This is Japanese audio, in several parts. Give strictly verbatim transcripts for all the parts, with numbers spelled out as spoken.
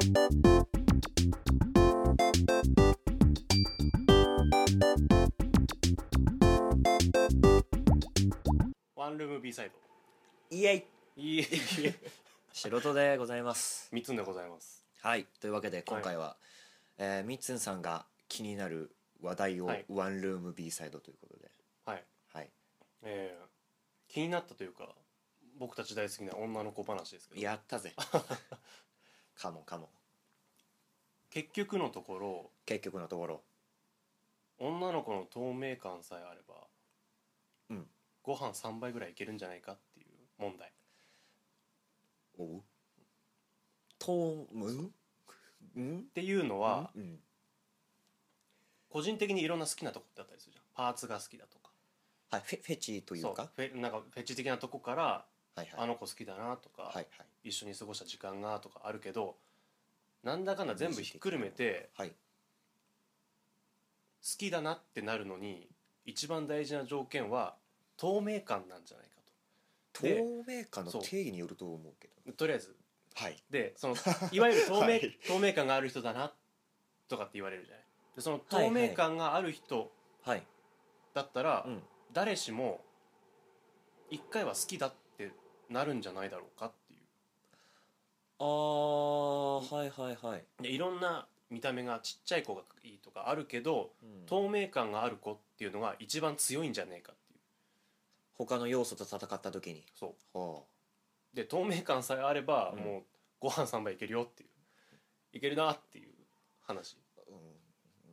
ワンルーム B サイドイエイいい素人でございます。 みっつんでございます。 はい、というわけで今回は、はい、えー、みっつんさんが気になる話題を、はい、ワンルーム B サイドということで、 はいはい、 えー、気になったというか僕たち大好きな女の子話ですけど、 やったぜカモンカモン。 結局のところ結局のところ女の子の透明感さえあれば、 うん、 ご飯さんばいぐらいいけるんじゃないかっていう問題。 おうとうんうんっていうのは、 うんうん、 個人的にいろんな好きなとこってあったりするじゃん。パーツが好きだとか、 はい、フェ、フェチというか、 そうフェなんかフェチ的なとこから、 はいはい、 あの子好きだなとか、 はいはい、 一緒に過ごした時間がとかあるけど、なんだかんだ全部ひっくるめて、 はい、 好きだなってなるのに一番大事な条件は透明感なんじゃないかと。 透明感の定義によると思うけど、 とりあえず、 はい、 でそのいわゆる透明、はい、透明感がある人だなとかって言われるじゃない。でその透明感がある人だったら、はいはい、うん、誰しも一回は好きだってなるんじゃないだろうかっていう。 ああ、はいはいはい。 でいろんな見た目がちっちゃい子がいいとかあるけど、うん、透明感がある子っていうのが一番強いんじゃねえかっていう。 他の要素と戦った時に。 そう、 はあ、 で透明感さえあれば、うん、もうご飯さんばいいけるよっていう、いけるなっていう話、 うん、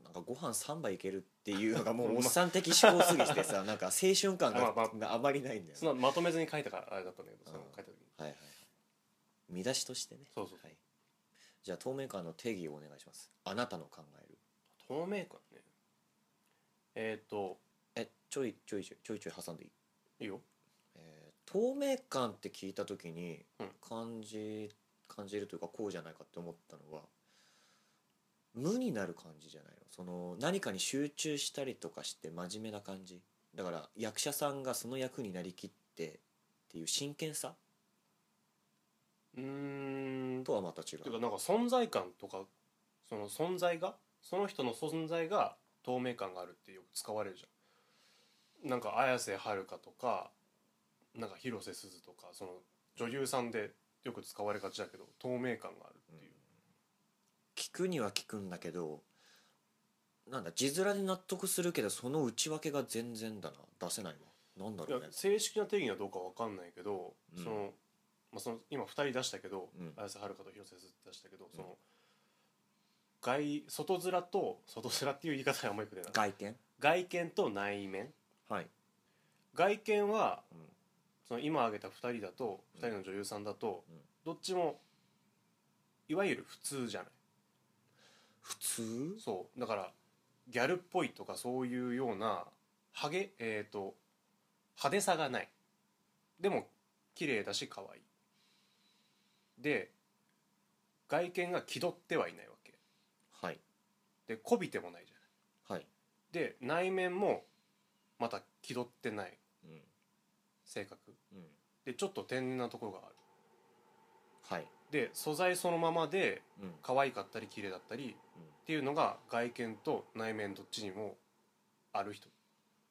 なんかご飯さんばいいけるっていうのがもうおっさん的思考すぎてさなんか青春感が、まあまあ、あまりないんだよね。 そんなまとめずに書いたからあれだったんだけど、その書いた時に、 はいはい、見出しとしてね。 そうそうそう、 はい、じゃあ透明感の定義をお願いします。あなたの考える透明感ね。えっ、ー、とえちょいちょいちょいちょいちょい挟んでいい？ いいよ。 えー、透明感って聞いた時に感じ、 うん、 感じるというかこうじゃないかって思ったのは、無になる感じじゃないの。その何かに集中したりとかして真面目な感じだから、役者さんがその役になりきってっていう真剣さうーんとはまた違う。 というかなんか存在感とか、その存在がその人の存在が透明感があるってよく使われるじゃん。なんか綾瀬はるかとかなんか広瀬すずとか、その女優さんでよく使われがちだけど透明感があるっていう、うん、 聞くには聞くんだけど、なんだ字面で納得するけどその内訳が全然だな、出せないわ。なんだろうね。 正式な定義はどうか分かんないけど、うん、そのまあ、その今ふたり出したけど、うん、綾瀬はるかと広瀬すず出したけど、その外外面と外面っていう言い方はあんまりよくないな。 外見外見と内面、 はい、 外見は、うん、その今挙げたふたりだと、ふたりの女優さんだと、うん、どっちもいわゆる普通じゃない。 普通？ そうだからギャルっぽいとかそういうようなハゲ、えーと派手さがない。でも綺麗だし可愛いで、外見が気取ってはいないわけ。 はい。 で媚びてもないじゃない。 はい。 で内面もまた気取ってない、うん、性格、うん、でちょっと天然なところがある。 はい。で素材そのままで可愛かったり綺麗だったり、うん、っていうのが外見と内面どっちにもある人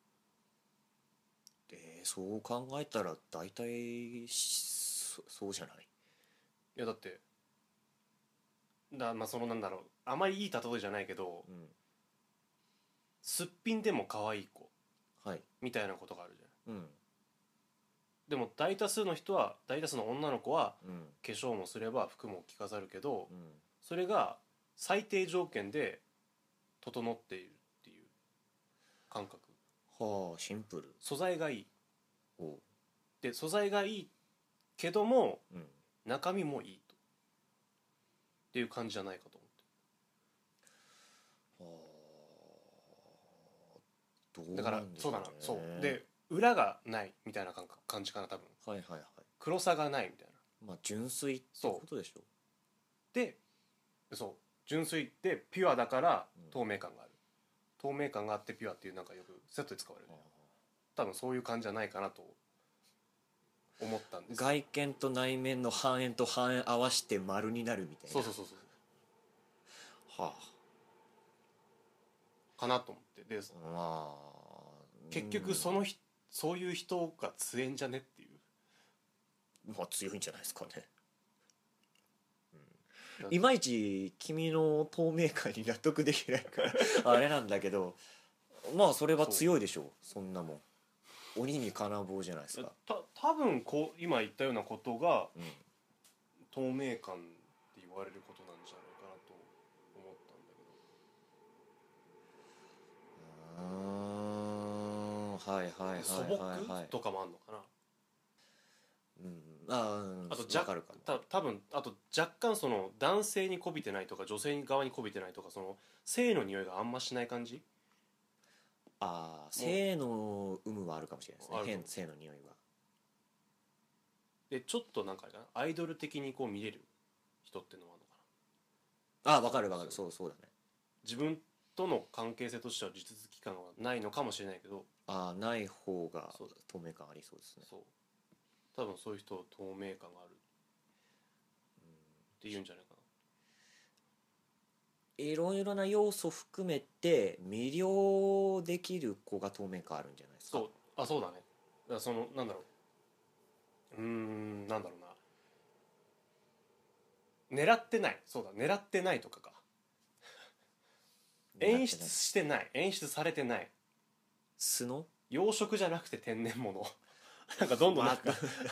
で、そう考えたら大体 そ, そうじゃない？ いやだってだ、まあそのなんだろう、あまりいい例えじゃないけど、うん、すっぴんでも可愛い子、はい、みたいなことがあるじゃん、うん、でも大多数の人は大多数の女の子は、うん、化粧もすれば服も着飾るけど、うん、それが最低条件で整っているっていう感覚。 はあ、シンプル。 素材がいい。おで素材がいいけども、うん、中身もいいとっていう感じじゃないかと思って。はあ、どうなんでしょうね。だからそうだな、そうで裏がないみたいな感じかな多分。 はいはいはい。 黒さがないみたいな。 まあ純粋ってことでしょ。 で、そう純粋でピュアだから透明感がある、うん、透明感があってピュアっていうなんかよくセットで使われる、ね、多分そういう感じじゃないかなと思ったんです。 外見と内面の半円と半円合わせて丸になるみたいな。 そうそうそうそう。 はあかなと思ってで、 まあ、 結局そのひそういう人が強えんじゃねっていう。 まあ強いんじゃないですかね、うん、いまいち君の透明感に納得できないからあれなんだけど、まあそれは強いでしょう。 そ, そんなもん鬼に金棒じゃないですか。 た多分こう今言ったようなことが、 うん、 透明感って言われることなんじゃないかなと思ったんだけど。 あーはいはいはい素はいはい朴とかもあんのかな。 うん、ああとじゃ分かるかも。 た多分あと若干その男性に媚びてないとか女性側に媚びてないとか、その性の匂いがあんましない感じ。 ああ性の有無はあるかもしれないですね。 あると思う変性の匂いは。 でちょっとなんかあれかな、アイドル的にこう見れる人っていうのもあるのかああ分かる分かる、そうそうだね。 な。自分との関係性としては地続き感はないのかもしれないけど、 ああない方がそう透明感ありそうですね。 そう多分そういう人透明感があるっていうんじゃないかな。 いろいろな要素含めて魅了できる子が透明感あるんじゃないですか。 そうあそうだね。だからそのなんだろううーんなんだろうな、狙ってない、そうだ狙ってないとかか。演出してない演出されてない素の養殖じゃなくて天然物なんかどんどんなんか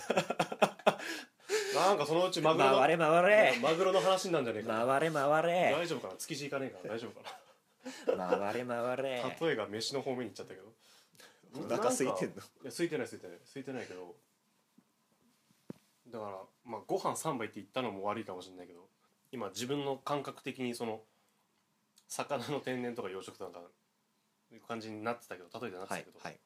なんかそのうちマグロの回れ回れマグロの話になんじゃねえかな。 回れ回れ大丈夫かな、築地行かねえから大丈夫かな回れ回れ例えが飯の方面に行っちゃったけど。 お腹空いてんの？ いや空いてない空いてない空いてないけど、だからまあご飯さんばいって言ったのも悪いかもしれないけど、今自分の感覚的にその魚の天然とか養殖とかいう感じになってたけど、例えてなってたけど、 はいはい、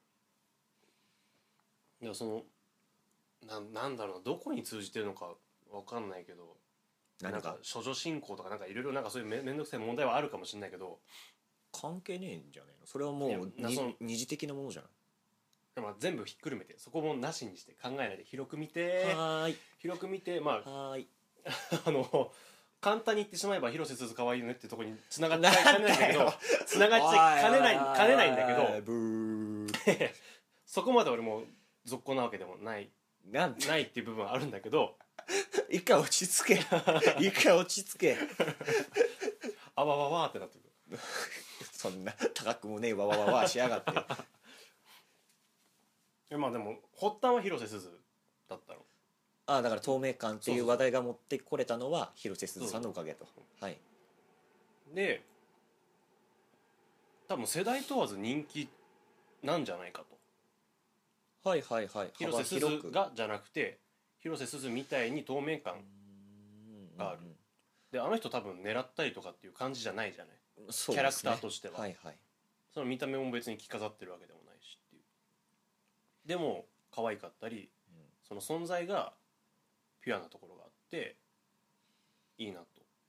いやそのななんだろうな、どこに通じてるのかわかんないけど、なんか処女信仰とかなんかいろいろなんかそういうめめんどくさい問題はあるかもしれないけど、 関係ねえんじゃねえの？それはもういやにその二次的なものじゃない？ まあ全部ひっくるめてそこもなしにして考えないで広く見て、 はーい広く見て、まあはーいあの簡単に言ってしまえば広瀬すず可愛いよねってところに繋がっちゃいかねないんだけど、繋がっちゃいかねないかねないんだけど、 ブーそこまで俺も続行なわけでもないなんてないっていう部分はあるんだけど、 一回落ち着け一回落ち着けあわわわってなってる。 そんな高くもねえわわわわしやがってえまあでも発端は広瀬すずだったの。 ああだから透明感っていう話題が持ってこれたのは広瀬すずさんのおかげと。はいで多分世代問わず人気なんじゃないかと。 はいはいはい広瀬すずがじゃなくて広瀬すずみたいに透明感がある。であの人多分狙ったりとかっていう感じじゃないじゃない、 そうですね、 キャラクターとしては、 はいはい、 その見た目も別に着飾ってるわけでもないしっていう。でも可愛かったり、 うん、 その存在がピュアなところがあっていいなと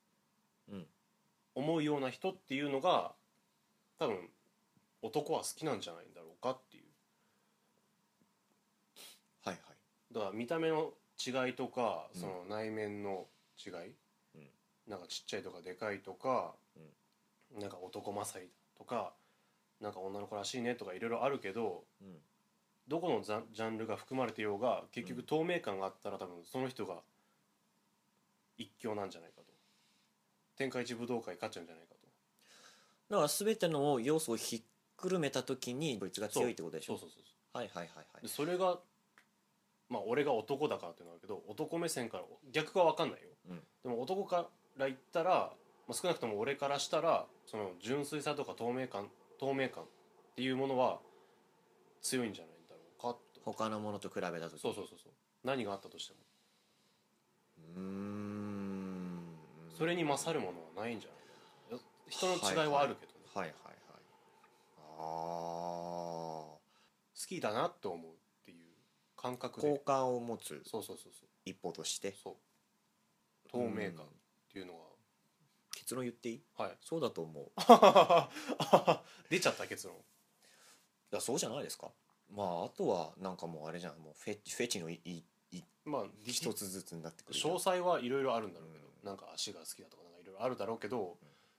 思うような人っていうのが多分男は好きなんじゃないんだろうかっていう。 はいはい、 だから見た目の違いとか、その内面の違い、うん、なんかちっちゃいとかでかいとか、うん、なんか男勝りとかなんか女の子らしいねとかいろいろあるけど、うん、どこのジャンルが含まれてようが結局透明感があったら多分その人が一強なんじゃないかと。天下一武道会勝っちゃうんじゃないかと。 だから全ての要素をひっくるめた時にこいつが強いってことでしょ。 そうそうそうそう、 はいはいはいはい。 でそれがまあ俺が男だからっていうのはあるけど、男目線から逆は分かんないよ、うん、でも男から言ったら、まあ、少なくとも俺からしたらその純粋さとか透明感透明感っていうものは強いんじゃないんだろうかと。 他のものと比べた時に。 そうそうそうそう、何があったとしてもうーんそれに勝るものはないんじゃないかな。人の違いはあるけどね、 はいはいはいはい、ああ好きだなと思うっていう感覚で好感を持つそうそうそうそう一歩としてそう透明感っていうのは、 結論言っていい？ はい、 そうだと思う出ちゃった結論。 いやそうじゃないですか。まああとはなんかもうあれじゃん、もうフェフェチのいいいまあ一つずつになってくる。 詳細はいろいろあるんだろうけど、うん、なんか足が好きだとかなんかいろいろあるだろうけど、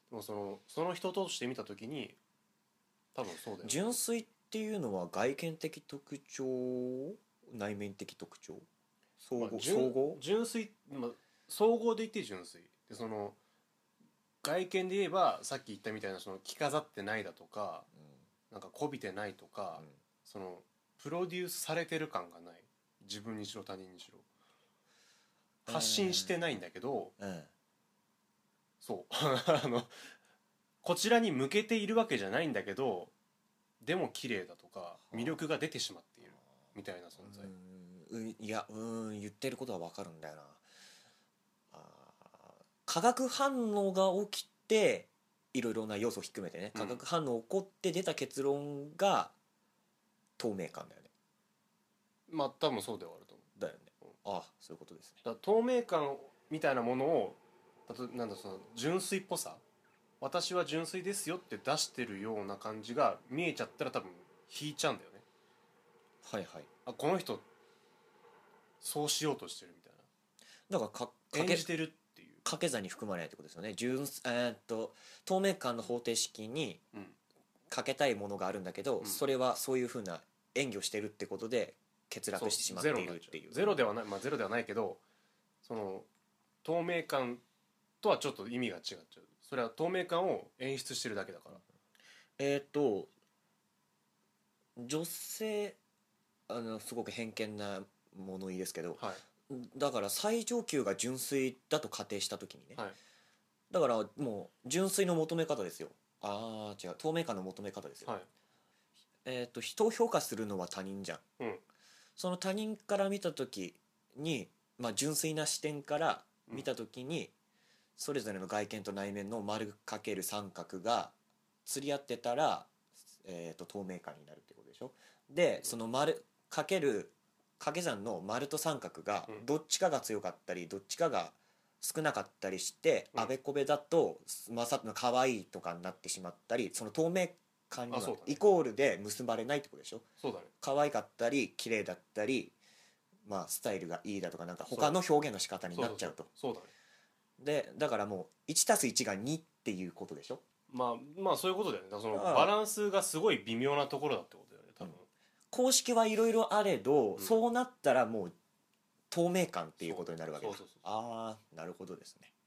でもそのその人として見た時に多分そうだよね。 純粋っていうのは外見的特徴、内面的特徴、総合、 まあ、純総合純粋、まあ、総合で言って純粋で、その外見で言えばさっき言ったみたいなその着飾ってないだとか、うん、なんかこびてないとか、うん、そのプロデュースされてる感がない、自分にしろ他人にしろ発信してないんだけど、えーえー、そうあのこちらに向けているわけじゃないんだけど、でも綺麗だとか魅力が出てしまっているみたいな存在。 うん、いや、うん、言ってることは分かるんだよな。あ、化学反応が起きていろいろな要素を含めてね、化学反応起こって出た結論が透明感だよね。 まあ多分そうではあると思う。 だよね、うん、ああ、そういうことですね。 だ透明感みたいなものを、なんだその純粋っぽさ、私は純粋ですよって出してるような感じが見えちゃったら多分引いちゃうんだよね。 はいはい。 あ、この人そうしようとしてるみたいな。だからか演じてるっていう掛け算に含まれないってことですよね。純、えー、っと透明感の方程式にかけたいものがあるんだけど、うん、それはそういうふうな演技をしてるってことで欠落してしまっているっていう。 ゼロではない、まあゼロではないけど、その透明感とはちょっと意味が違っちゃう。それは透明感を演出してるだけだから。 えっと女性、あのすごく偏見な物言いですけど、 はい、 だから最上級が純粋だと仮定した時にね、 はい、 だからもう純粋の求め方ですよ。ああ違う、透明感の求め方ですよ。 はい、 えっと人を評価するのは他人じゃん、 うん、 その他人から見た時に、まあ、純粋な視点から見た時に、うん、それぞれの外見と内面の丸かける三角が釣り合ってたら、えー、と透明感になるってことでしょ。でその丸かける掛け算の丸と三角がどっちかが強かったりどっちかが少なかったりして、うん、あべこべだとまさの可愛いとかになってしまったり、その透明感にはイコールで結ばれないってことでしょ。 そうだね。 可愛かったり綺麗だったり、まあ、スタイルがいいだとかなんか他の表現の仕方になっちゃうと。 そうだね。 でだからもういちたすいちがにっていうことでしょ。 まあまあそういうことだよね。だからそのバランスがすごい微妙なところだってことだよね多分、うん、 公式はいろいろあれど、うん、そうなったらもう透明感っていうことになるわけだ。ああ、なるほどですね。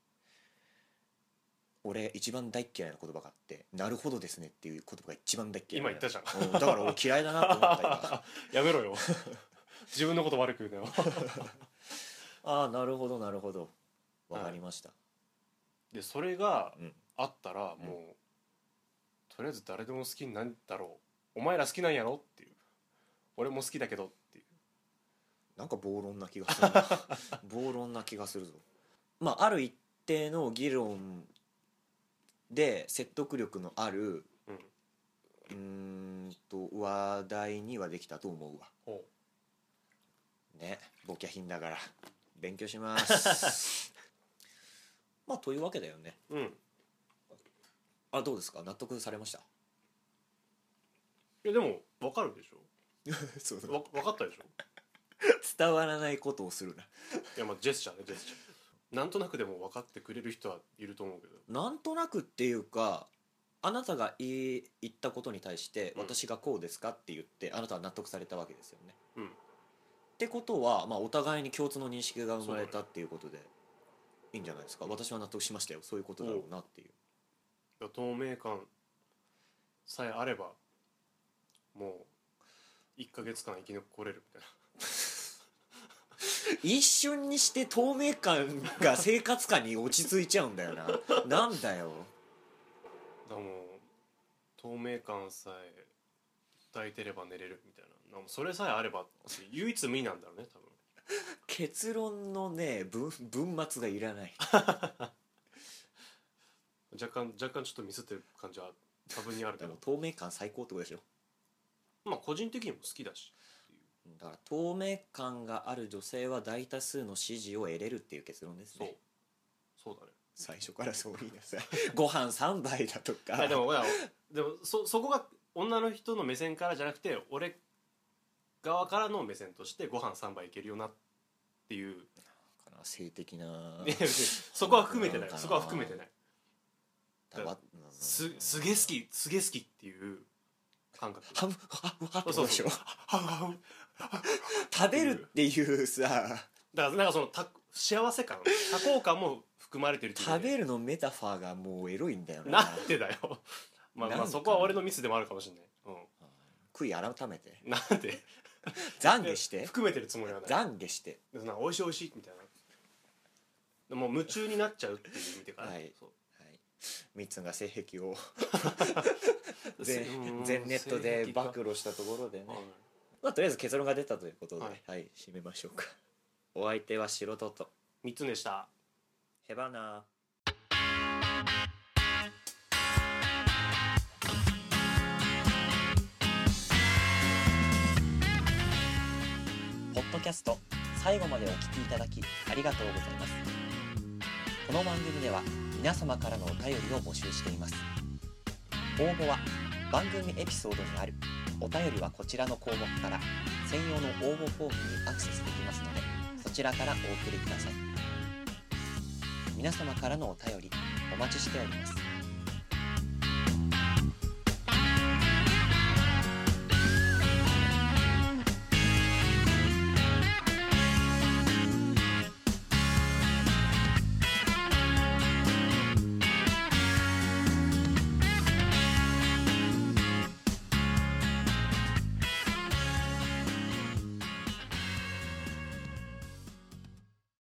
俺一番大嫌いな言葉があって、なるほどですねっていう言葉が一番大嫌い。 今言ったじゃん。 だから俺嫌いだなと思った今。 やめろよ自分のこと悪く言うなよああ、なるほどなるほど、わかりました、はい、 でそれがあったら、うん、もうとりあえず誰でも好きになるだろう、お前ら好きなんやろっていう、俺も好きだけどっていう、 なんか暴論な気がするな暴論な気がするぞ。まあある一定の議論で説得力のある、うん、うーんと話題にはできたと思うわ。ほうね、ボキャ品だから勉強しますまあというわけだよね。うん。あ、どうですか、納得されました？ いやでも分かるでしょそうわ分かったでしょ伝わらないことをするな。いやまあジェスチャーね、ジェスチャー。なんとなくでも分かってくれる人はいると思うけど。 なんとなくっていうか、あなたが言い言ったことに対して、うん、私がこうですかって言ってあなたは納得されたわけですよね。うん。ってことは、まあ、お互いに共通の認識が生まれたっていうことでいいんじゃないですか。私は納得しましたよ。そういうことだろうなっていう。 いや透明感さえあればもういっかげつかん生き残れるみたいな一瞬にして透明感が生活感に落ち着いちゃうんだよななんだよ。 だからもう透明感さえ抱いてれば寝れるみたいな、なんかそれさえあれば唯一無二なんだろうね多分結論のね 文, 文末がいらない若干若干ちょっとミスってる感じは多分にあるけど透明感最高ってことでしょ。 まあ個人的にも好きだし、 だから透明感がある女性は大多数の支持を得れるっていう結論ですね。 そうそうだね、 最初からそう言いなさいご飯さんばいだとか。 いやでもでも そ, そこが女の人の目線からじゃなくて俺側からの目線としてご飯さんばいいけるよなっていう性的なそこは含めてないそこは含めてないたわすすげえ好きすげえ好きっていう感覚。 ハムハムハムそうそうでしょ。 ハムハム食べるっていうさ、 だからなんかそのた幸せ感多幸感も含まれてるっていう食べるのメタファーがもうエロいんだよな。 なんでだよまあまあなんかそこは俺のミスでもあるかもしれない、うん、 悔い改めてなんで懺悔して含めてるつもりはない懺悔してでなんか美味しい美味しいみたいな、もう夢中になっちゃうっていう意味でから、 はいそう、 ミッツンが性癖を全全ネットで暴露したところでね、まあ、とりあえず結論が出たということで、はい、はい、締めましょうか。お相手は白ととみっつでした。 へばな。ポッドキャスト最後までお聞きいただきありがとうございます。この番組では皆様からのお便りを募集しています。応募は番組エピソードにあるお便りはこちらの項目から専用の応募フォームにアクセスできますので、そちらからお送りください。皆様からのお便りお待ちしております。